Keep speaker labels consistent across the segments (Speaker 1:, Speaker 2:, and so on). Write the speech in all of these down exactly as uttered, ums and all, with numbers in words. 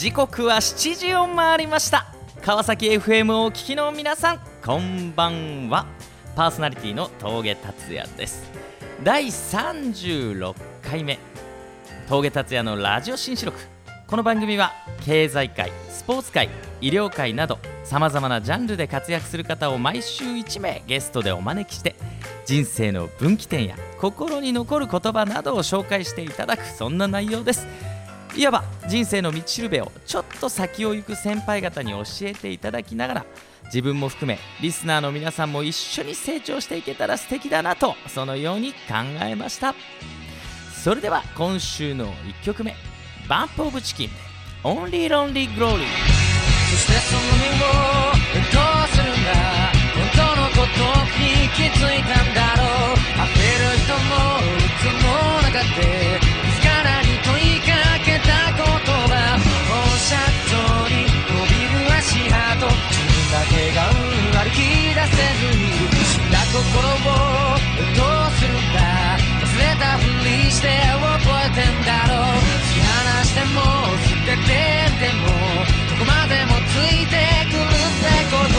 Speaker 1: 時刻はしちじを回りました。川崎 エフエム をお聞きの皆さん、こんばんは。パーソナリティの峠達也です。だいさんじゅうろっかいめ、峠達也のラジオ新四録。この番組は経済界、スポーツ界、医療界などさまざまなジャンルで活躍する方を毎週いちめいゲストでお招きして、人生の分岐点や心に残る言葉などを紹介していただく、そんな内容です。いわば人生の道しるべをちょっと先を行く先輩方に教えていただきながら、自分も含めリスナーの皆さんも一緒に成長していけたら素敵だなと、そのように考えました。それでは今週のいっきょくめ、バンプオブチキンで Only Lonely Glory。
Speaker 2: そしてその身をどうするんだ、本当のことに気づいたんだろう。溢れる人もうつの中で自らに問いかけた言葉、放射状に伸びる足跡、自分だけが歩き出せずに死んだ心をどうするんだ、忘れたふりして覚えてんだろう。突き放しても捨ててでもどこまでもついてくるってこと、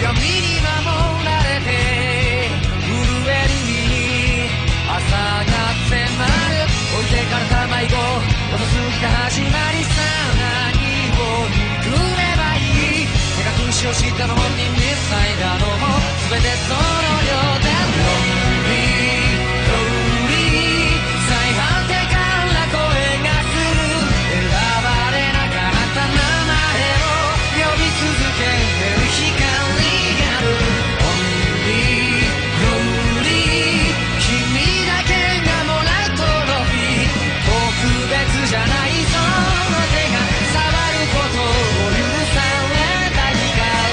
Speaker 2: 闇に守られて震えるに朝が迫る。置いてかれた迷子、落とす日が始まりさ、何を憎めばいい。手が君子を知ったの本人に伝えたのも全てそのようで Lonely Lonely 再反転から声がする。選ばれなかった名前を呼び続けてる光がある。 Only Lonely 君だけがもらうトロフィー、特別じゃないその手が触ることを許された光。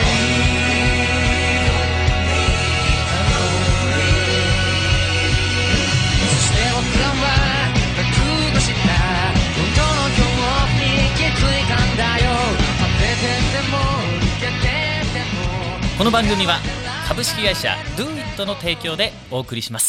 Speaker 2: そして僕らは覚悟した本当の恐怖に気づいたんだよ。当ててても抜けてても。
Speaker 1: この番組は株式会社 Do It の提供でお送りします。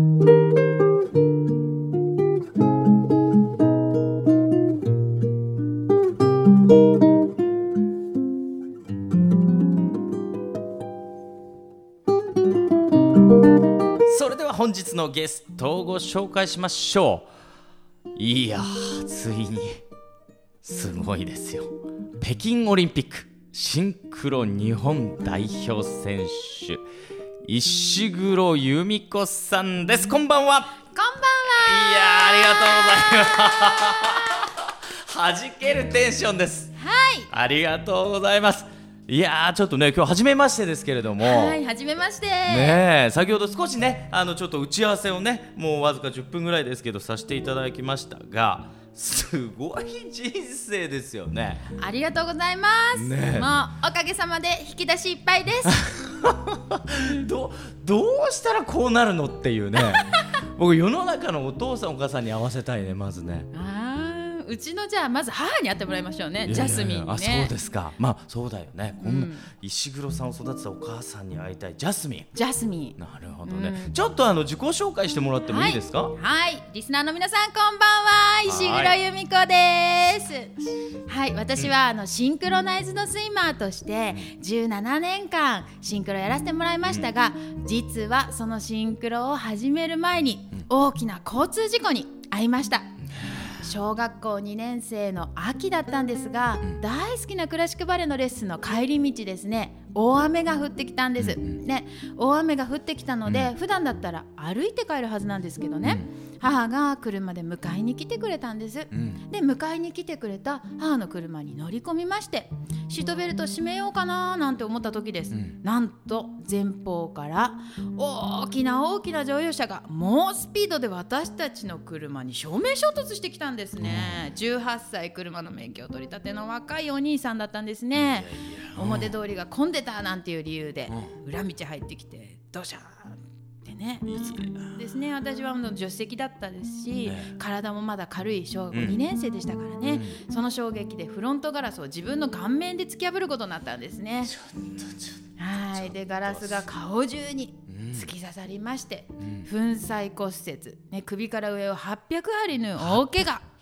Speaker 1: それでは本日のゲストをご紹介しましょう。いやー、ついにすごいですよ。北京オリンピックシンクロ日本代表選手、石黒由美子さんです。こんばんは。
Speaker 3: こんばんは。
Speaker 1: いやー、ありがとうございますはじけるテンションです。
Speaker 3: はい、
Speaker 1: ありがとうございます。いやー、ちょっとね、今日初めましてですけれども、
Speaker 3: はい、初めまして。
Speaker 1: ねえ、先ほど少しね、あのちょっと打ち合わせをね、もうわずかじゅっぷんぐらいですけどさせていただきましたが、すごい人生ですよね。
Speaker 3: ありがとうございます、
Speaker 1: ねえ、
Speaker 3: もうおかげさまで引き出しいっぱいです
Speaker 1: ど, どうしたらこうなるのっていうね僕世の中のお父さんお母さんに合わせたいね、まずね。
Speaker 3: あー、うちのじゃあまず母に会ってもらいましょうね。
Speaker 1: いやいやいや、
Speaker 3: ジャスミンにね。
Speaker 1: あ、そうですか。まあそうだよね、こんな
Speaker 3: うん
Speaker 1: 石黒さんを育てたお母さんに会いたいジャスミン。
Speaker 3: ジャスミン。
Speaker 1: なるほどね、
Speaker 3: うん、
Speaker 1: ちょっとあの自己紹介してもらってもいいですか。
Speaker 3: はい、はい、リスナーの皆さんこんばんは、石黒由美子です。はい、私はあのシンクロナイズドスイマーとしてじゅうななねんかんシンクロやらせてもらいましたが、実はそのシンクロを始める前に大きな交通事故に遭いました。小学校にねんせいの秋だったんですが、大好きなクラシックバレエのレッスンの帰り道ですね、大雨が降ってきたんです、ね、大雨が降ってきたので、普段だったら歩いて帰るはずなんですけどね、母が車で迎えに来てくれたんです、で迎えに来てくれた母の車に乗り込みまして、シートベルト締めようかななんて思った時です、なんと前方から大きな大きな乗用車が猛スピードで私たちの車に正面衝突してきたんですね。じゅうはっさい車の免許を取り立ての若いお兄さんだったんですね。表通りが混んでたなんていう理由で裏道入ってきてドシャーってね、ぶつかるですね。私は助手席だったですし、体もまだ軽い小学校にねんせいでしたからね、その衝撃でフロントガラスを自分の顔面で突き破ることになったんですね。
Speaker 1: ちょっとちょっと
Speaker 3: はい、でガラスが顔中に突き刺さりまして、粉砕骨折、ね、首から上をはっぴゃくはり縫う大怪我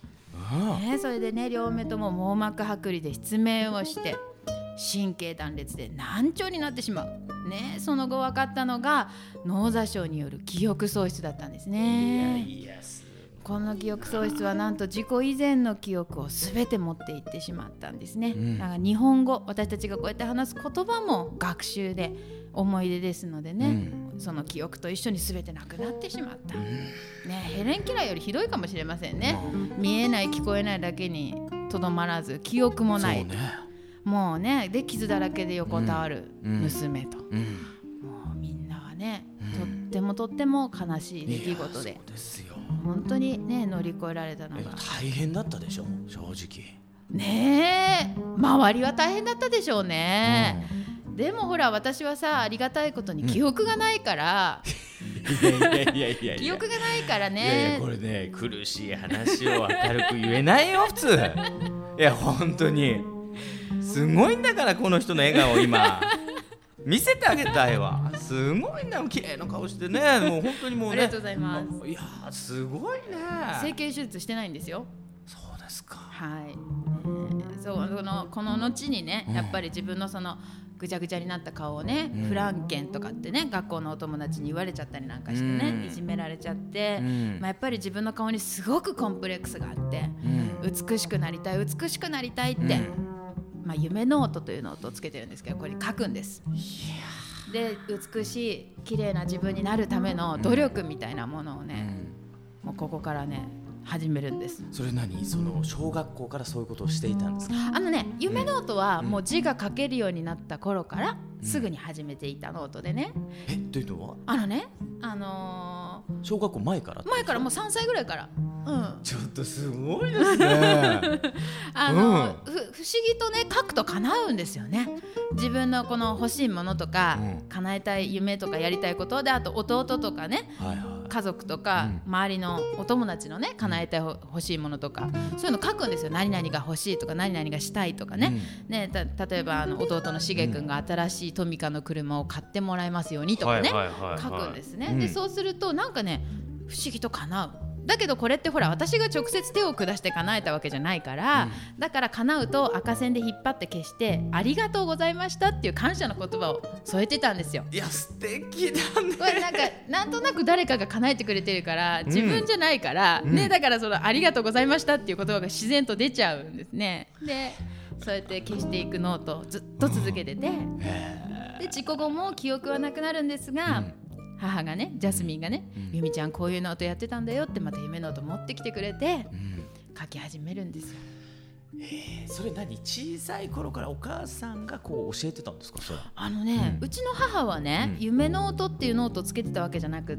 Speaker 3: ね、それでね両目とも網膜剥離で失明をして神経断裂で難聴になってしまう、ね、その後分かったのが脳挫傷による記憶喪失だったんですね。
Speaker 1: いやいやす
Speaker 3: この記憶喪失はなんと事故以前の記憶を全て持っていってしまったんですね、うん、だから日本語、私たちがこうやって話す言葉も学習で思い出ですのでね、うん、その記憶と一緒に全てなくなってしまった、うんね、ヘレンキラーよりひどいかもしれませんね、うん、見えない聞こえないだけにとどまらず記憶もない、そうね、もうねで傷だらけで横たわる娘と、うんうん、もうみんなはね、うん、とってもとっても悲しい出来事で、そうですよ、本当にね乗り越えられたのが
Speaker 1: 大変だったでしょ正直
Speaker 3: ねえ、周りは大変だったでしょうね、うん、でもほら私はさありがたいことに記憶がないから、
Speaker 1: うん、いやいやいやいや
Speaker 3: 記憶がないからね、
Speaker 1: いやいやこれね苦しい話を明るく言えないよ普通いや本当にすごいんだからこの人の笑顔今見せてあげたいわ、すごいんだよ綺麗な顔してね、もう本当にもうね
Speaker 3: ありがとうございます。
Speaker 1: いやすごいね。
Speaker 3: 整形手術してないんですよ。
Speaker 1: そうですか。
Speaker 3: はい、えー、そうこのこの後にね、やっぱり自分のそのぐちゃぐちゃになった顔をね、うん、フランケンとかってね学校のお友達に言われちゃったりなんかしてね、うん、いじめられちゃって、うんまあ、やっぱり自分の顔にすごくコンプレックスがあって、うん、美しくなりたい美しくなりたいって、うんまあ、夢ノートというノートをつけてるんですけどこれ書くんです。で美しい綺麗な自分になるための努力みたいなものをね、うん、もうここからね始めるんです。
Speaker 1: それ何その小学校からそういうことをしていたんですか？
Speaker 3: あのね夢ノートはもう字が書けるようになった頃からすぐに始めていたノートでね、うん、
Speaker 1: えというのは
Speaker 3: あのね、あのー、
Speaker 1: 小学校前から
Speaker 3: 前からもうさんさいぐらいから、うん、
Speaker 1: ちょっとすごいですね
Speaker 3: あの、うん、ふ不思議とね書くと叶うんですよね。自分のこの欲しいものとか、うん、叶えたい夢とかやりたいことで、あと弟とかね、はいはい、家族とか、うん、周りのお友達のね叶えたい欲しいものとかそういうの書くんですよ。何々が欲しいとか何々がしたいとかね、うん、ねた例えばあの弟のしげ君が新しいトミカの車を買ってもらえますようにとかね、はいはいはいはい、書くんですね、うん、でそうするとなんかね不思議と叶う。だけどこれってほら私が直接手を下して叶えたわけじゃないから、うん、だから叶うと赤線で引っ張って消してありがとうございましたっていう感謝の言葉を添えてたんですよ。
Speaker 1: いや素敵だね。
Speaker 3: これなんかなんとなく誰かが叶えてくれてるから自分じゃないから、うんね、だからそのありがとうございましたっていう言葉が自然と出ちゃうんですね。でそうやって消していくノートをずっと続けてて、で事故後も記憶はなくなるんですが、うん母がねジャスミンがね、うん、由美ちゃんこういうノートやってたんだよってまた夢ノート持ってきてくれて、うん、書き始めるんですよ。
Speaker 1: えー、それ何小さい頃からお母さんがこう教えてたんですか？それ
Speaker 3: あのね、うん、うちの母はね、うん、夢ノートっていうノートをつけてたわけじゃなくって、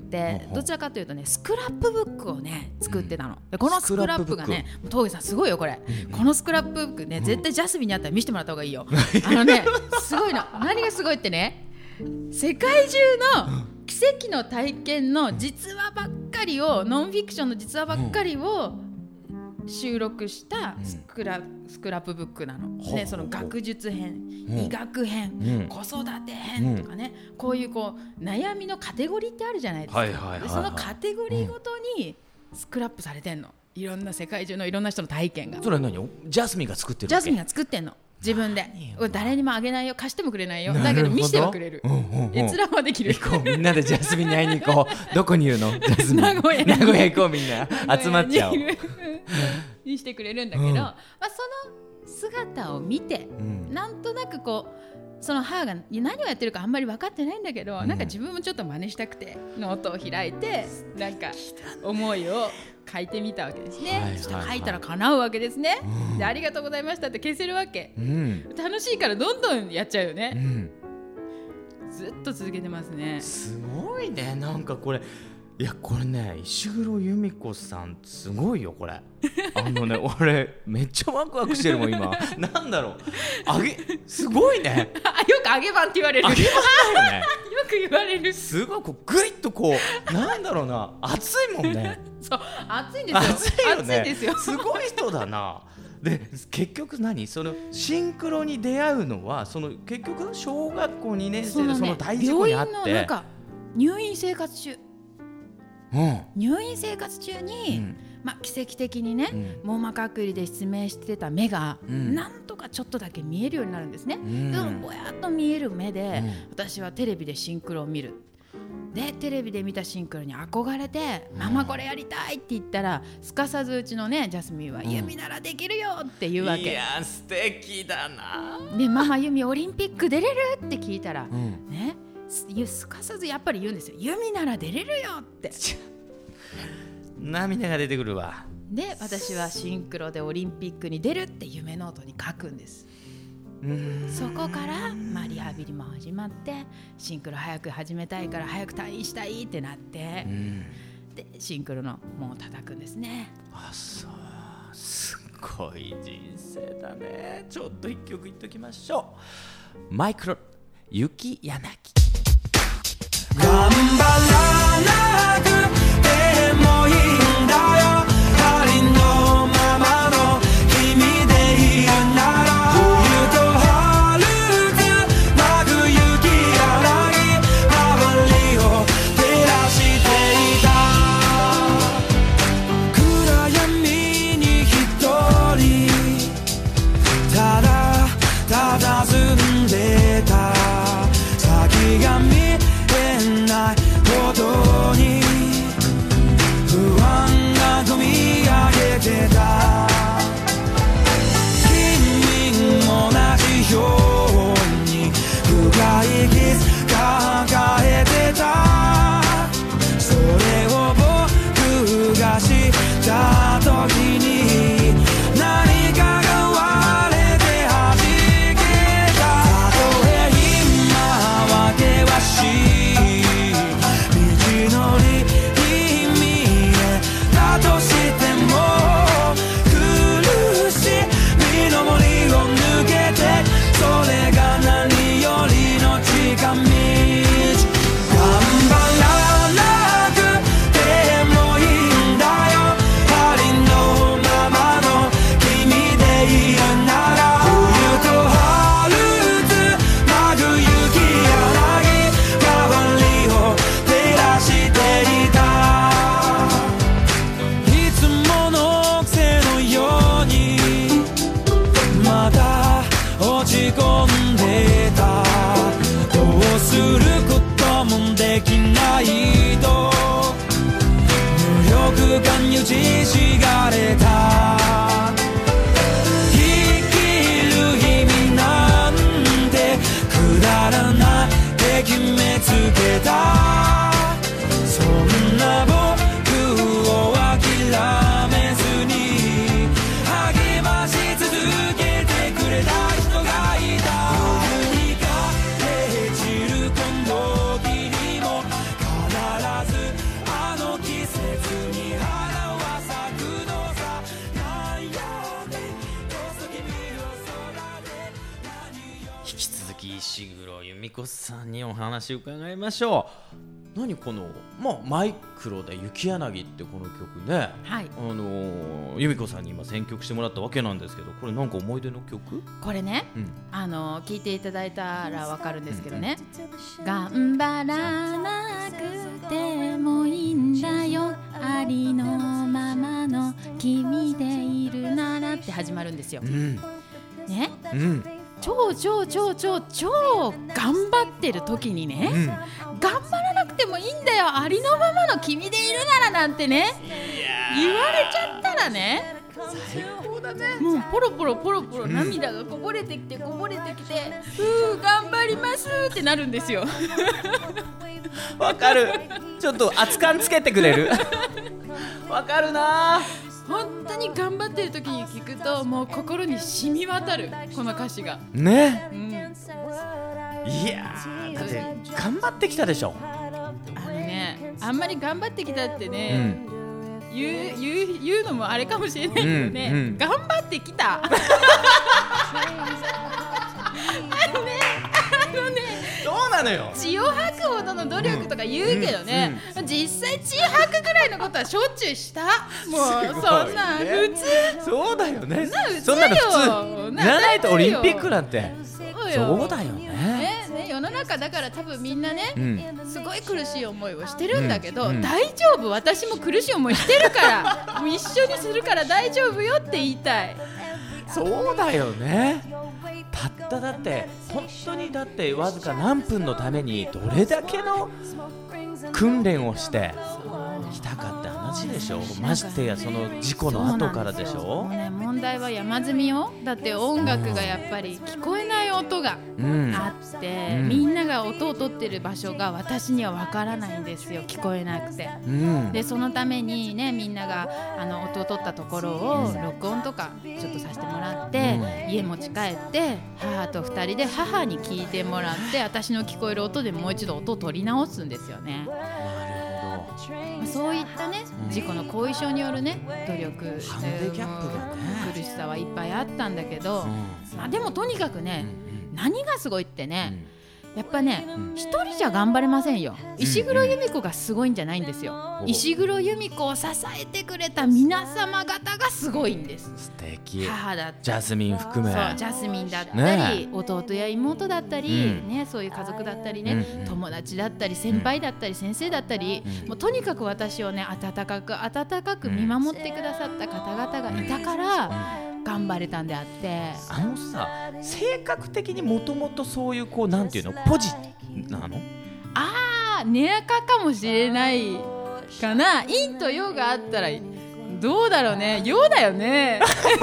Speaker 3: うん、どちらかというとねスクラップブックをね作ってたの、でこのスクラップがね東儀さんすごいよこれ、うん、このスクラップブックね、うん、絶対ジャスミンにあったら見せてもらった方がいいよあのねすごいの。何がすごいってね世界中の奇跡の体験の実話ばっかりをノンフィクションの実話ばっかりを収録したスクラ、スクラップブックなの、ね、その学術編、医学編、うん、子育て編とかね、うん、こういうこう悩みのカテゴリーってあるじゃないですか、はいはいはいはい、でそのカテゴリーごとにスクラップされてんの。いろんな世界中のいろんな人の体験が。
Speaker 1: それは何よジャスミンが作ってるわけ？
Speaker 3: ジャスミンが作ってんの自分で。誰にもあげないよ、貸してもくれないよ、だけど見せてはくれる、うんうんうん、閲覧はできる。
Speaker 1: 行こうみんなでジャスミンに会いに行こうどこにいるのジャスミン名古屋名古屋行こうみんな集まっちゃおう
Speaker 3: にしてくれるんだけど、うんまあ、その姿を見て、うん、なんとなくこうその母が何をやってるかあんまり分かってないんだけど、うん、なんか自分もちょっと真似したくてノートを開いてなんか思いを書いてみたわけですね、はいはいはい、そして書いたら叶うわけですね、うん、でありがとうございましたって消せるわけ、うん、楽しいからどんどんやっちゃうよね、うん、ずっと続けてますね。
Speaker 1: すごいね。なんかこれいやこれね石黒由美子さんすごいよこれあのね俺めっちゃワクワクしてるもん今なんだろうあげすごいね
Speaker 3: よくあげ版って言われる。
Speaker 1: あげ版だよねよ
Speaker 3: く言われる。
Speaker 1: すごいこうグイッとこうなんだろうな熱いもんね
Speaker 3: そう熱いんですよ。
Speaker 1: 熱いよね。
Speaker 3: 熱いですよ。
Speaker 1: すごい人だな。で結局何そのシンクロに出会うのはその結局小学校にねん生でその大事故にあって
Speaker 3: 病院のなんか入院生活中、うん、入院生活中に、 まあ、奇跡的にね、うん、網膜剥離で失明してた目が、うん、なんとかちょっとだけ見えるようになるんですね、うん、そのぼやっと見える目で、うん、私はテレビでシンクロを見る。でテレビで見たシンクロに憧れて、うん、ママこれやりたいって言ったらすかさずうちのねジャスミンは、うん、弓ならできるよって言うわけ。
Speaker 1: いや素敵だな。
Speaker 3: でママ弓オリンピック出れるって聞いたら、うん、ねすかさずやっぱり言うんですよ。弓なら出れるよって
Speaker 1: 涙が出てくるわ。
Speaker 3: で私はシンクロでオリンピックに出るって夢ノートに書くんです。そこから、まあ、リハビリも始まってシンクロ早く始めたいから早く退院したいってなって、うん、でシンクロの門を叩くんですね。
Speaker 1: あ、そうすごい人生だね。ちょっと一曲いっときましょう。マイクロ雪柳。
Speaker 2: 頑張らなくてもいいんだよ、ありのままの君でいるなら。
Speaker 1: 石黒由美子さんにお話伺いましょう。何この、まあ、マイクロで雪柳ってこの曲ね、
Speaker 3: はい、
Speaker 1: あの由美子さんに今選曲してもらったわけなんですけど、これなんか思い出の曲？
Speaker 3: これね、うん、あの聞いていただいたらわかるんですけどね、うんうん、頑張らなくてもいいんだよ、ありのままの君でいるならって始まるんですよ、うん、ね、うん、超超超超超頑張ってる時にね、うん、頑張らなくてもいいんだよ、ありのままの君でいるならなんてね言われちゃったらね、最高だね。もうポロポロポロポロ涙がこぼれてきてこぼれてきて、うー頑張りますってなるんですよ。
Speaker 1: わかる。ちょっと熱燗つけてくれる？わかるな。
Speaker 3: 本当に頑張ってる時に聞くともう心に染み渡るこの歌詞が
Speaker 1: ね、
Speaker 3: うん、い
Speaker 1: やーだって頑張ってきたでしょ。
Speaker 3: あのね、あんまり頑張ってきたってね、うん、言う、言う、言うのもあれかもしれないけどね、うんうん、頑張ってきた。あのね、あのね、
Speaker 1: そうなのよ。
Speaker 3: 血を吐くほどの努力とか言うけどね、うんうん、実際血吐くぐらいのことはしょっちゅうした。もうそんな普通。
Speaker 1: そうだよね。
Speaker 3: そんなの普通。
Speaker 1: やらないとオリンピックなんて。
Speaker 3: そう
Speaker 1: よ。そうだよね。
Speaker 3: ね、ね、世の中中だから多分みんなね、
Speaker 1: うん、
Speaker 3: すごい苦しい思いをしてるんだけど、
Speaker 1: うんうん、
Speaker 3: 大丈夫、私も苦しい思いしてるからもう一緒にするから大丈夫よって言いたい。
Speaker 1: そうだよね。たっただって本当にだってわずか何分のためにどれだけの訓練をしてきたかって話でしょ。ましてやその事故の後からでしょ。
Speaker 3: もうね、問題は山積みよ。だって音楽がやっぱり聞こえない音があって、うん、みんなが音を取ってる場所が私には分からないんですよ、聞こえなくて、うん、でそのためにね、みんながあの音を取ったところを録音とかちょっとさせてもらって、うん、家持ち帰って母とふたりで母に聞いてもらって、私の聞こえる音でもう一度音を取り直すんですよね。そういったね、事故の後遺症によるね、努力、
Speaker 1: ハンデキャップがね、
Speaker 3: 苦しさはいっぱいあったんだけど、うん、まあ、でもとにかくね、うんうん、何がすごいってね、うん、やっぱね、一、うん、人じゃ頑張れませんよ。石黒由美子がすごいんじゃないんですよ、うんうん、石黒由美子を支えてくれた皆様方がすごいんです。
Speaker 1: 素敵。
Speaker 3: 母だったり、
Speaker 1: ジャスミン含め、
Speaker 3: そうジャスミンだったり、ね、弟や妹だったり、うんね、そういう家族だったりね、うん、友達だったり先輩だったり先生だったり、うん、もうとにかく私をね、温かく温かく見守ってくださった方々がいたから、うん、頑張れたんであって、
Speaker 1: あのさ、性格的にもともとそういうこうなんていうの、ポジなの？
Speaker 3: あー、根垢かもしれないかな。陰と陽があったらどうだろうね。陽だよね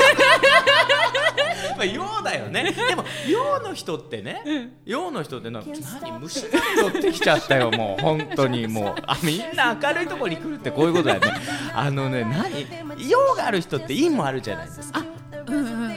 Speaker 1: まあ陽だよね。でも陽の人ってね、うん、陽の人ってなんか何虫が寄ってきちゃったよもう本当にもう、あ、みんな明るいところに来るってこういうことだよね。あのね、何陽がある人って陰もあるじゃないですか。
Speaker 3: うんうんうんうん、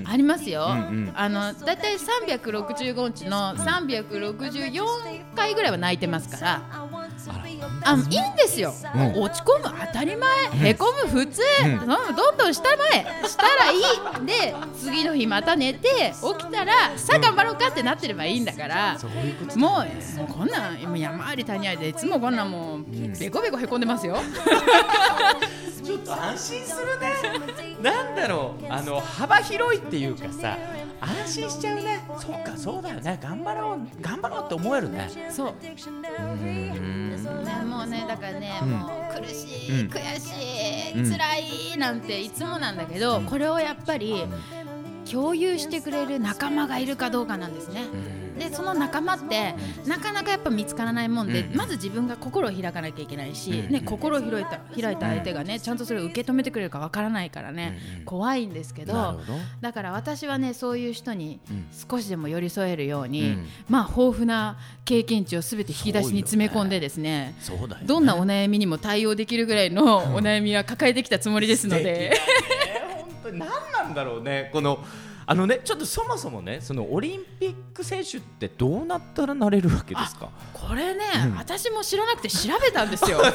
Speaker 3: ありますよ、うんうん、あのだいたいさんびゃくろくじゅうごにちのさんびゃくろくじゅうよんかいぐらいは泣いてますから、あ、いいんですよ、うん、落ち込む当たり前、うん、へこむ普通、うん、どんどん下前したらいいで、次の日また寝て起きたらさあ頑張ろうかってなってればいいんだから、うん、もう、もうこんなん山あり谷ありでいつもこんなんもうベコベコへこんでますよ
Speaker 1: ちょっと安心するね。なんだろう、あの幅広いっていうかさ、安心しちゃうね。そっか、そうだよね、頑張ろう頑張ろうって思えるね。
Speaker 3: そう、うーん、そうね、もうね、だからね、うん、もう苦しい、うん、悔しい、うん、辛いなんていつもなんだけど、うん、これをやっぱり共有してくれる仲間がいるかどうかなんですね。でその仲間ってなかなかやっぱ見つからないもんで、うん、まず自分が心を開かなきゃいけないし、うんね、心を開いた、開いた相手がね、ちゃんとそれを受け止めてくれるかわからないからね、うん、怖いんですけ ど, どだから私はね、そういう人に少しでも寄り添えるように、うん、まあ豊富な経験値をすべて引き出しに詰め込んでですね、そうだよね、どんなお悩みにも対応できるぐらいのお悩みは抱えてきたつもりですので、
Speaker 1: 本当に何なんだろうね、このあのね、ちょっとそもそもね、そのオリンピック選手ってどうなったらなれるわけですか？
Speaker 3: これね、うん、私も知らなくて調べたんですよ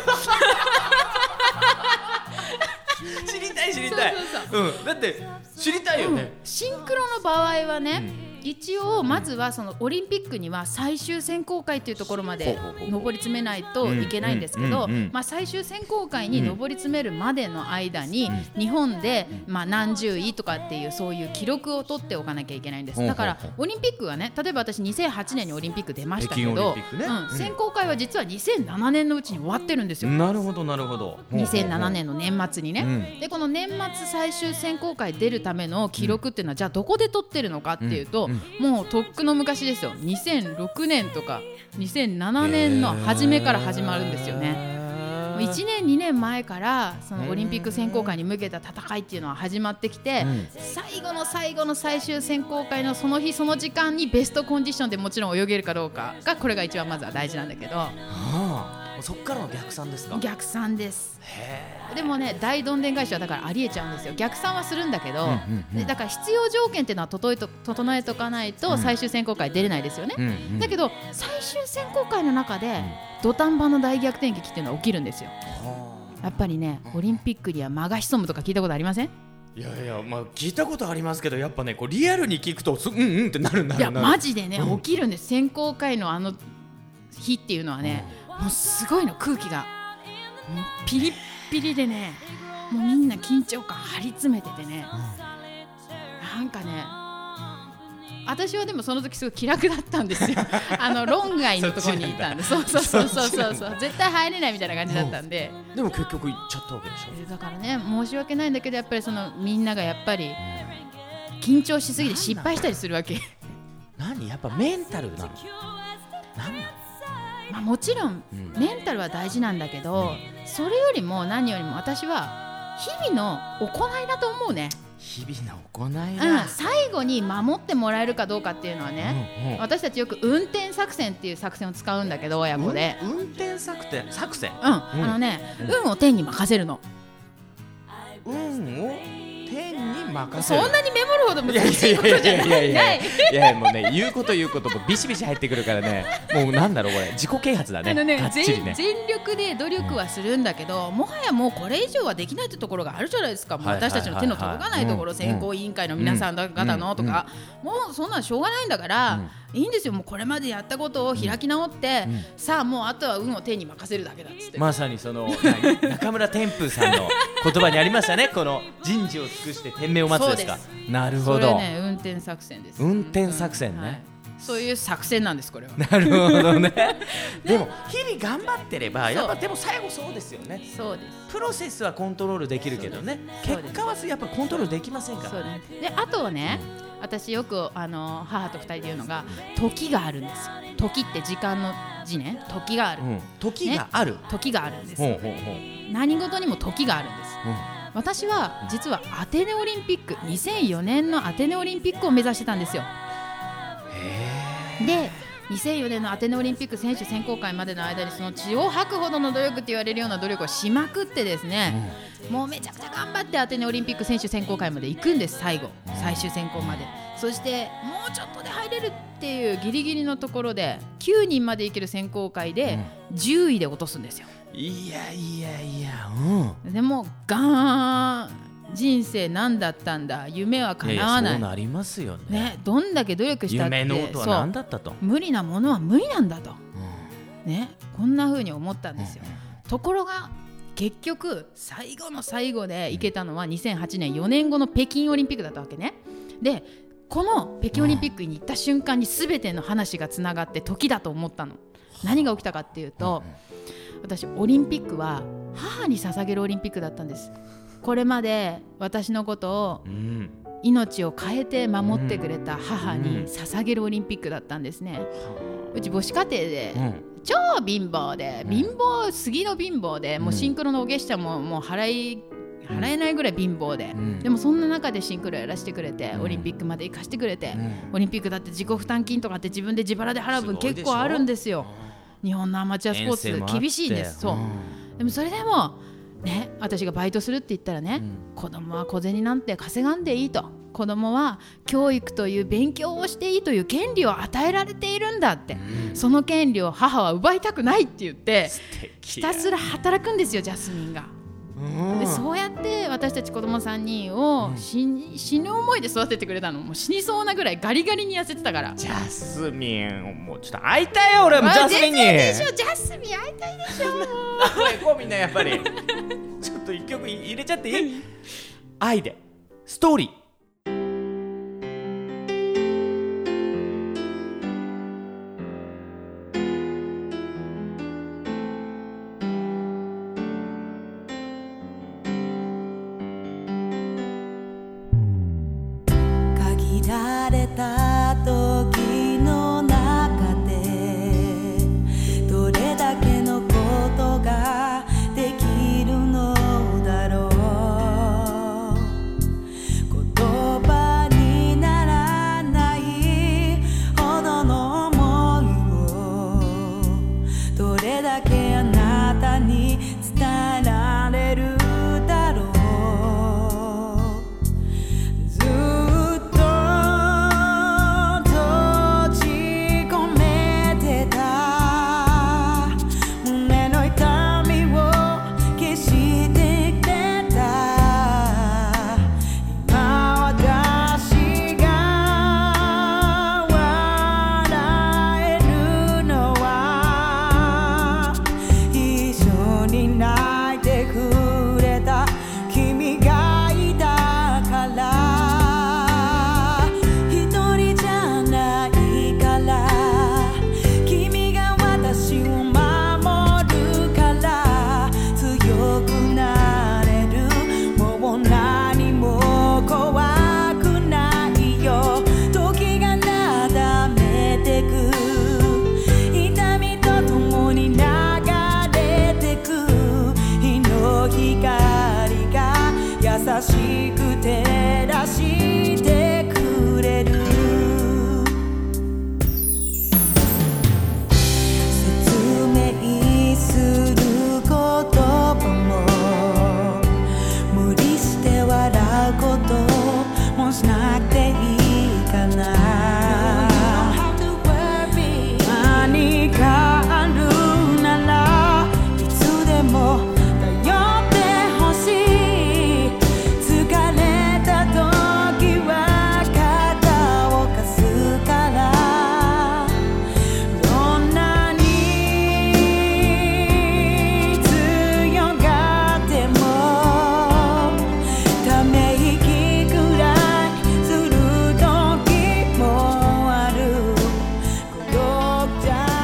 Speaker 1: 知りたい知りたい。そうそうそう、うん、だって知りたいよね、うん、
Speaker 3: シンクロの場合はね、うん、一応まずはそのオリンピックには最終選考会というところまで上り詰めないといけないんですけど、まあ最終選考会に上り詰めるまでの間に日本でまあ何十位とかっていうそういう記録を取っておかなきゃいけないんです。だからオリンピックはね、例えば私にせんはちねんにオリンピック出ましたけど、ね、うん、選考会は実はにせんななねんのうちに終わってるんですよ。
Speaker 1: なるほどなるほど。
Speaker 3: にせんななねんの年末にね、うん、でこの年末最終選考会出るための記録っていうのは、うん、じゃあどこで取ってるのかっていうと、うんうん、もうとっくの昔ですよ。にせんろくねんとかにせんななねんの初めから始まるんですよね。いちねんにねんまえからそのオリンピック選考会に向けた戦いっていうのは始まってきて、うん、最後の最後の最終選考会のその日その時間にベストコンディションでもちろん泳げるかどうかが、これが一番まずは大事なんだけど、は
Speaker 1: あ、そっからの逆算ですか？
Speaker 3: 逆算です。でもね、大どんでん返しはだからありえちゃうんですよ。逆算はするんだけど、うんうんうん、だから必要条件っていうのは整えと整えとかないと最終選考会出れないですよね、うんうん、だけど最終選考会の中で土壇場の大逆転劇っていうのは起きるんですよ。やっぱりね、オリンピックには間が潜むとか聞いたことありません？
Speaker 1: いやいや、まあ、聞いたことありますけど、やっぱね、こうリアルに聞くとうんうんってなるなるなる。
Speaker 3: いやマジでね、うん、起きるんです。選考会のあの日っていうのはね、うん、もうすごいの、空気がもうピリッピリでね、もうみんな緊張感張り詰めててね、うん、なんかね、 私はでもその時すごい気楽だったんですよあの論外のところにいたんでそうそうそうそうそうそう絶対入れないみたいな感じだったんで、
Speaker 1: うん、でも結局行っちゃったわけでしょ。
Speaker 3: だからね申し訳ないんだけどやっぱりそのみんながやっぱり緊張しすぎて失敗したりするわけ。
Speaker 1: 何やっぱメンタルなの？何なの？
Speaker 3: まあ、もちろんメンタルは大事なんだけど、うん、それよりも何よりも私は日々の行いだと思うね。
Speaker 1: 日々の行いだ、
Speaker 3: うん、最後に守ってもらえるかどうかっていうのはね、うんうん、私たちよく運転作戦っていう作戦を使うんだけど親子で、
Speaker 1: うん、運転作戦作戦、
Speaker 3: うん、うん、あのね、うん、運を天に任せるの。
Speaker 1: 運を天に任せる。
Speaker 3: そんなにメモるほど難しいことじゃない。いやいやいやいやいやもうね言うこと言うこともビシビシ入ってくるからねもうなんだろうこれ自己啓発だね。あのね、がっちりね全力で努力はするんだけど、うん、もはやもうこれ以上はできないってところがあるじゃないですか。もう私たちの手の届かないところ、選考委員会の皆さん方のとか、うんうん、もうそんなのしょうがないんだから、うん、いいんですよ。もうこれまでやったことを開き直って、うん、さあもうあとは運を天に任せるだけだっつって、
Speaker 1: まさにその中村天風さんの言葉にありましたねこの人事を尽くして天命を待つですか。なるほど。
Speaker 3: それね運転作戦です。
Speaker 1: 運転作戦ね、うんはい、
Speaker 3: そういう作戦なんですこれは。
Speaker 1: なるほどねでも日々頑張ってればやっぱでも最後そうですよね。
Speaker 3: そうです。
Speaker 1: プロセスはコントロールできるけどね結果はやっぱコントロールできませんから。
Speaker 3: そうです。であとはね、うん、私よくあの母とふたりで言うのが時があるんですよ。時って時間の字ね。時がある、うん、
Speaker 1: 時がある、ね、
Speaker 3: 時があるんです。
Speaker 1: ほうほうほう。
Speaker 3: 何事にも時があるんです、うん、私は実はアテネオリンピックにせんよねんのアテネオリンピックを目指してたんですよ。
Speaker 1: へ
Speaker 3: でにせんよねんのアテネオリンピック選手選考会までの間にその血を吐くほどの努力って言われるような努力をしまくってですね、うん、もうめちゃくちゃ頑張ってアテネオリンピック選手選考会まで行くんです。最後最終選考まで。そしてもうちょっとで入れるっていうギリギリのところできゅうにんまで行ける選考会でじゅういで落とすんですよ。
Speaker 1: いやいやいや、うん、
Speaker 3: でもガーン人生何だったんだ夢は叶わない。
Speaker 1: いやいやそうなりますよ ね,
Speaker 3: ねどんだけ努力したって
Speaker 1: 夢の音は何だったと
Speaker 3: 無理なものは無理なんだと、うんね、こんな風に思ったんですよ、うん、ところが結局最後の最後で行けたのはにせんはちねんよねんごの北京オリンピックだったわけね。でこの北京オリンピックに行った瞬間に全ての話がつながって時だと思ったの。何が起きたかっていうと、私オリンピックは母に捧げるオリンピックだったんです。これまで私のことを命を変えて守ってくれた母に捧げるオリンピックだったんですね。うち母子家庭で超貧乏で貧乏すぎの貧乏でもうシンクロのお月謝ももう払い払えないぐらい貧乏で、うん、でもそんな中でシンクロやらせてくれて、うん、オリンピックまで行かせてくれて、うん、オリンピックだって自己負担金とかって自分で自腹で払う分結構あるんですよ。日本のアマチュアスポーツ厳しいんです。そう、うん、でもそれでもね私がバイトするって言ったらね、うん、子供は小銭なんて稼がんでいいと、子供は教育という勉強をしていいという権利を与えられているんだって、うん、その権利を母は奪いたくないって言ってひたすら働くんですよジャスミンが。でそうやって私たち子供さんにんを死に、死ぬ思いで育ててくれたの。もう死にそうなぐらいガリガリに痩せてたから。
Speaker 1: ジャスミンもうちょっと会いたいよ俺もジャスミンに。
Speaker 3: でしょジャスミン会いたいでしょ
Speaker 1: こうみんなやっぱりちょっと一曲入れちゃっていい愛でストーリー。
Speaker 4: しく照らしてくれる説明する言葉も無理して笑うこともしなくていいかな何かあるならいつでも頼ってほしい疲れた時は肩を貸すからどんなに強がってもため息くらいする時もある孤独じゃ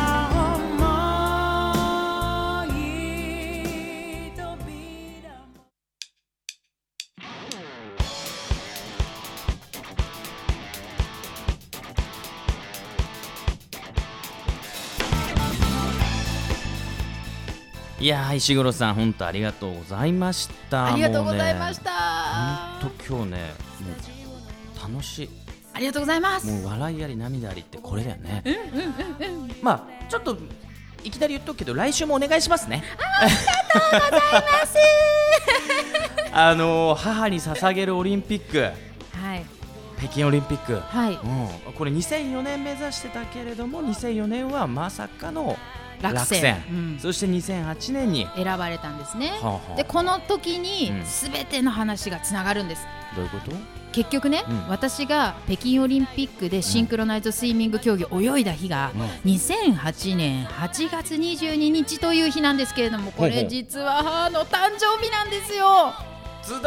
Speaker 1: いやー石黒さん本当ありがとうございました。
Speaker 3: ありがとうございました。
Speaker 1: 本当今日ねもう楽しい。
Speaker 3: ありがとうございます。
Speaker 1: もう笑いあり涙ありってこれだよね。うんうんうんうん。まあちょっといきなり言っとくけど来週もお願いしますね。
Speaker 3: ありがとうございます
Speaker 1: あのー、母に捧げるオリンピック、
Speaker 3: はい、
Speaker 1: 北京オリンピック、
Speaker 3: はい、
Speaker 1: うん、これにせんよねん目指してたけれどもにせんよねんはまさかの
Speaker 3: 落選、
Speaker 1: 落選、
Speaker 3: うん、
Speaker 1: そしてにせんはちねんに
Speaker 3: 選ばれたんですね、
Speaker 1: はあはあ、
Speaker 3: でこの時に
Speaker 1: うん
Speaker 3: 全ての話がつながるんです。
Speaker 1: どういうこと？
Speaker 3: 結局ね、
Speaker 1: うん、
Speaker 3: 私が北京オリンピックでシンクロナイズドスイミング競技を泳いだ日が、うん、にせんはちねんはちがつにじゅうににちという日なんですけれども、これ実は母の誕生日なんですよ。
Speaker 1: ズドーン
Speaker 3: ズドーン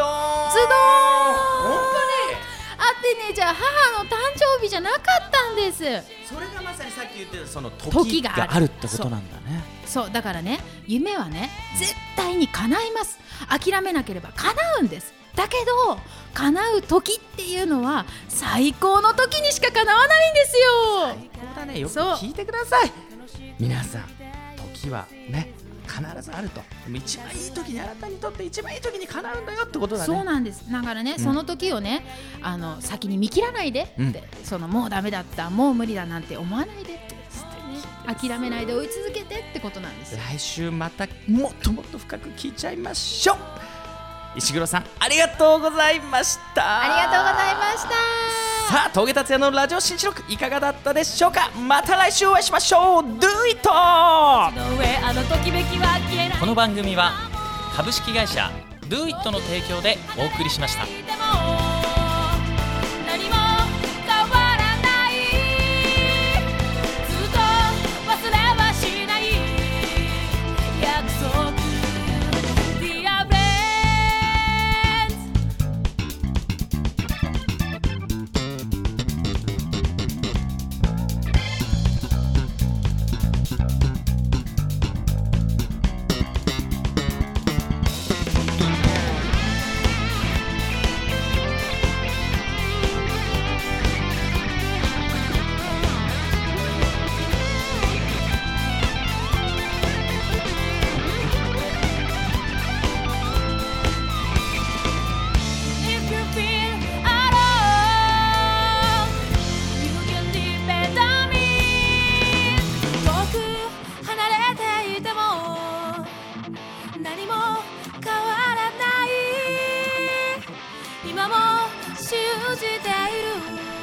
Speaker 3: あってね、じゃあ母の誕生日じゃなかったんです。
Speaker 1: それがまさにさっき言ってたその時があるってことなんだね。
Speaker 3: そう、そうだからね、夢はね絶対に叶います。諦めなければ叶うんです。だけど叶う時っていうのは最高の時にしか叶わないんですよ。
Speaker 1: 最高だね。よく聞いてください皆さん。時はね必ずあると。一番いい時にあなたにとって一番いい時に叶うんだよってことだね。
Speaker 3: そうなんです。だからね、うん、その時をねあの先に見切らないでって、うん、そのもうダメだったもう無理だなんて思わないでって、ね、諦めないで追い続けてってことなんです。
Speaker 1: 来週またもっともっと深く聞いちゃいましょう。石黒さんありがとうございました。
Speaker 3: ありがとうございました。
Speaker 1: さあ峠達也のラジオ新記録いかがだったでしょうか。また来週お会いしましょう。 Do it。 この番組は株式会社 Do it の提供でお送りしました。
Speaker 4: 今も信じている